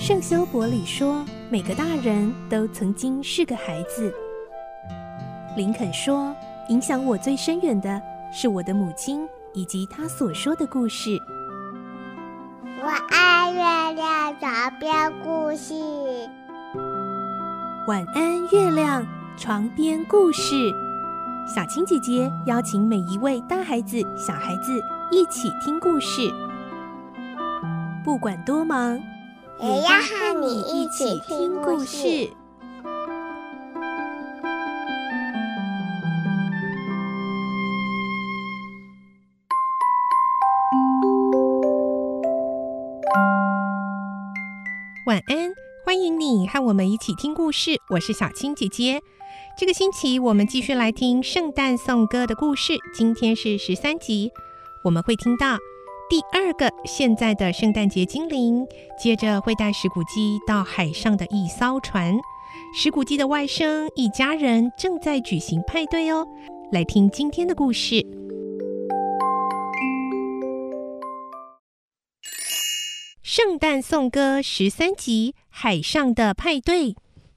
圣修伯里说，每个大人都曾经是个孩子。林肯说，影响我最深远的是我的母亲以及她所说的故事。 我爱月亮床边故事。 晚安，月亮床边故事。小青姐姐邀请每一位大孩子、小孩子一起听故事，不管多忙， 也要和你一起听故事。 晚安，欢迎你和我们一起听故事，我是小青姐姐。这个星期我们继续来听圣诞颂歌的故事，今天是13集，我们会听到第2个现在的圣诞节精灵，接着会带史古基到海上的一艘船，史古基的外甥一家人正在举行派对哦。来听今天的故事。圣诞颂歌13集，海上的派对。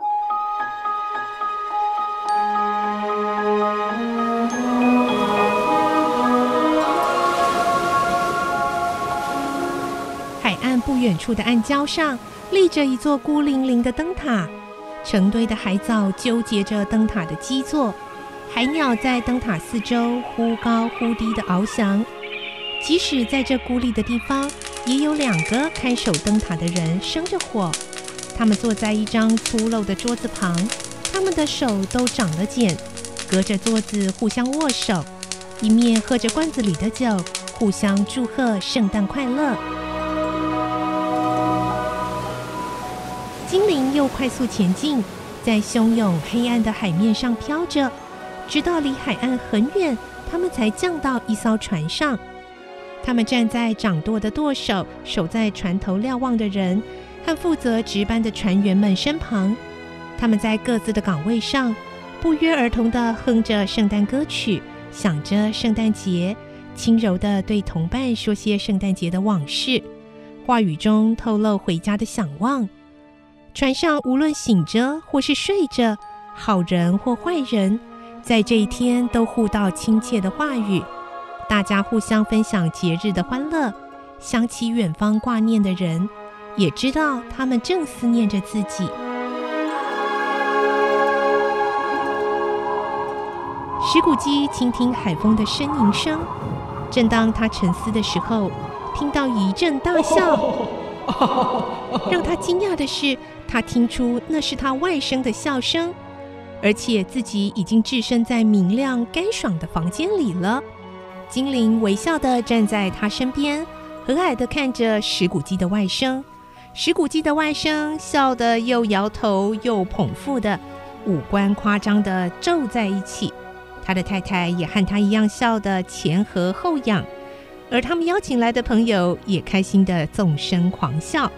海岸不远处的暗礁上立着一座孤零零的灯塔，成堆的海藻纠结着灯塔的基座，海鸟在灯塔四周忽高忽低地翱翔。即使在这孤立的地方，也有2个看守灯塔的人生着火。他们坐在一张粗陋的桌子旁，他们的手都长了茧，隔着桌子互相握手，一面喝着罐子里的酒，互相祝贺圣诞快乐。精灵又快速前进，在汹涌黑暗的海面上飘着，直到离海岸很远，他们才降到一艘船上。他们站在掌舵的舵手、守在船头瞭望的人和负责值班的船员们身旁。他们在各自的岗位上，不约而同地哼着圣诞歌曲，想着圣诞节，轻柔地对同伴说些圣诞节的往事，话语中透露回家的想望。船上无论醒着或是睡着，好人或坏人，在这一天都互道亲切的话语。大家互相分享节日的欢乐，想起远方挂念的人，也知道他们正思念着自己。史古基倾听海风的呻吟声，正当他沉思的时候，听到一阵大笑。让他惊讶的是，他听出那是他外甥的笑声，而且自己已经置身在明亮干爽的房间里了。精灵微笑地站在他身边，和蔼地看着史古基的外甥。史古基的外甥笑得又摇头又捧腹的，五官夸张地皱在一起。他的太太也和他一样笑得前合后仰，而他们邀请来的朋友也开心地纵声狂笑。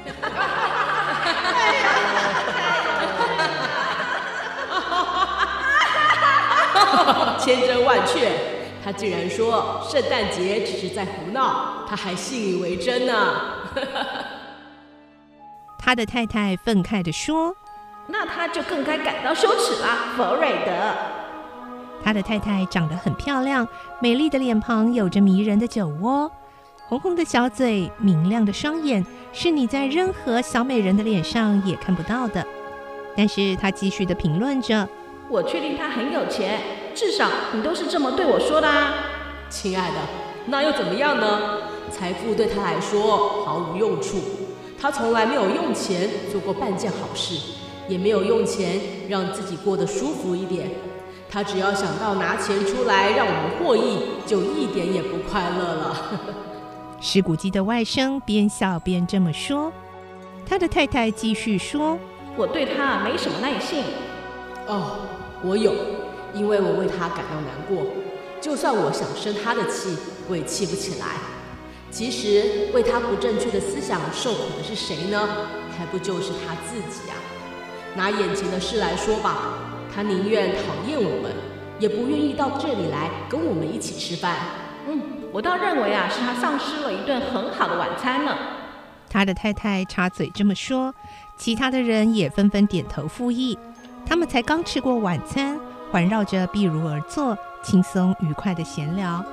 千真万确，他竟然说圣诞节只是在胡闹，他还信以为真呢。 他的太太愤慨地说：“ 那他就更该感到羞耻啦，佛瑞德。” 他的太太长得很漂亮，美丽的脸庞有着迷人的酒窝，红红的小嘴，明亮的双眼，是你在任何小美人的脸上也看不到的。但是他继续地评论着：“ 我确定他很有钱，至少你都是这么对我说的啊。” 亲爱的，那又怎么样呢？财富对他来说毫无用处，他从来没有用钱做过半件好事，也没有用钱让自己过得舒服一点。他只要想到拿钱出来让我们获益，就一点也不快乐了。 史古基的外甥边笑边这么说。他的太太继续说：“ 我对他没什么耐性。” 哦，我有，因为我为他感到难过。就算我想生他的气，我也气不起来。其实为他不正确的思想受苦的是谁呢？还不就是他自己啊！拿眼前的事来说吧，他宁愿讨厌我们，也不愿意到这里来跟我们一起吃饭。 我倒认为是他丧失了一顿很好的晚餐呢。 他的太太插嘴这么说，其他的人也纷纷点头附议。他们才刚吃过晚餐，环绕着壁炉而坐，轻松愉快的闲聊。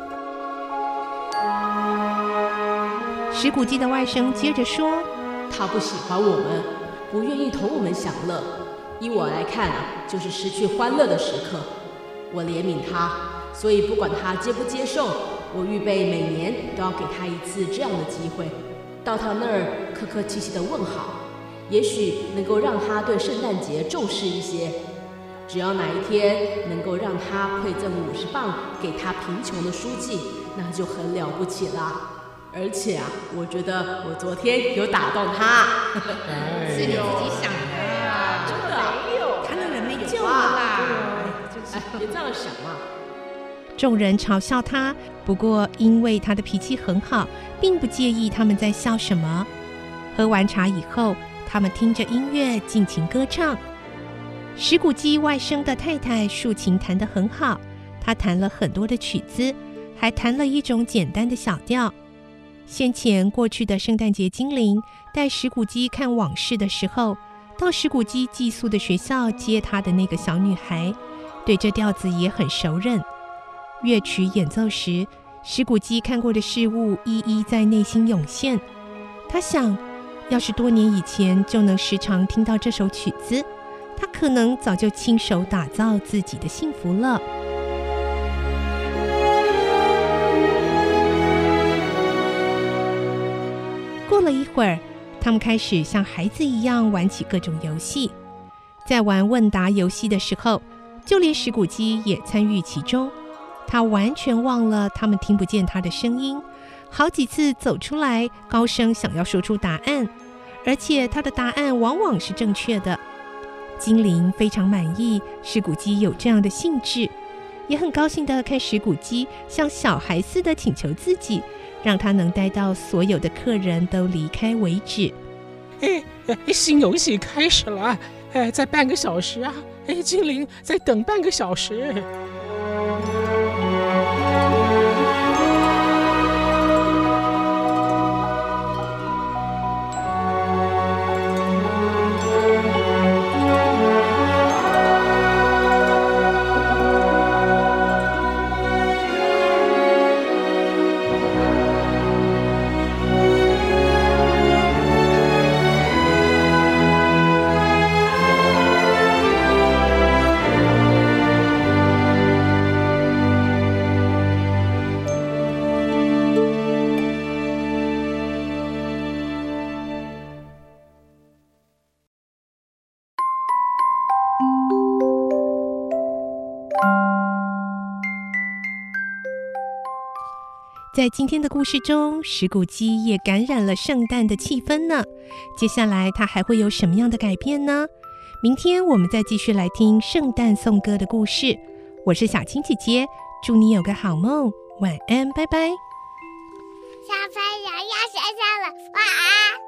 石谷基的外甥接着说， 他不喜欢我们，不愿意同我们享乐。依我来看就是失去欢乐的时刻。我怜悯他，所以不管他接不接受，我预备每年都要给他一次这样的机会，到他那儿客客气气的问好，也许能够让他对圣诞节重视一些。只要哪一天能够让他馈赠50磅给他贫穷的书记，那就很了不起了。而且我觉得我昨天有打动他。 是你自己想的啊， 真的没有， 他那人没救了啦。 别这样想嘛。 众人嘲笑他，不过因为他的脾气很好，并不介意他们在笑什么。喝完茶以后，他们听着音乐尽情歌唱。石谷基外甥的太太竖琴弹得很好，她弹了很多的曲子，还弹了一种简单的小调。先前过去的圣诞节精灵带石谷基看往事的时候，到石谷基寄宿的学校接他的那个小女孩，对这调子也很熟稔。乐曲演奏时，石谷基看过的事物一一在内心涌现。他想，要是多年以前就能时常听到这首曲子，他可能早就亲手打造自己的幸福了。过了一会儿，他们开始像孩子一样玩起各种游戏。在玩问答游戏的时候，就连石谷基也参与其中。他完全忘了他们听不见他的声音，好几次走出来，高声想要说出答案，而且他的答案往往是正确的。精灵非常满意石谷基有这样的兴致，也很高兴地看石谷基像小孩似的请求自己，让他能待到所有的客人都离开为止。 新游戏开始了，再半个小时啊！精灵，再等半个小时。 在今天的故事中，石谷基也感染了圣诞的气氛呢。接下来他还会有什么样的改变呢？明天我们再继续来听圣诞颂歌的故事。我是小青姐姐，祝你有个好梦，晚安，拜拜。 小朋友要睡觉了，晚安。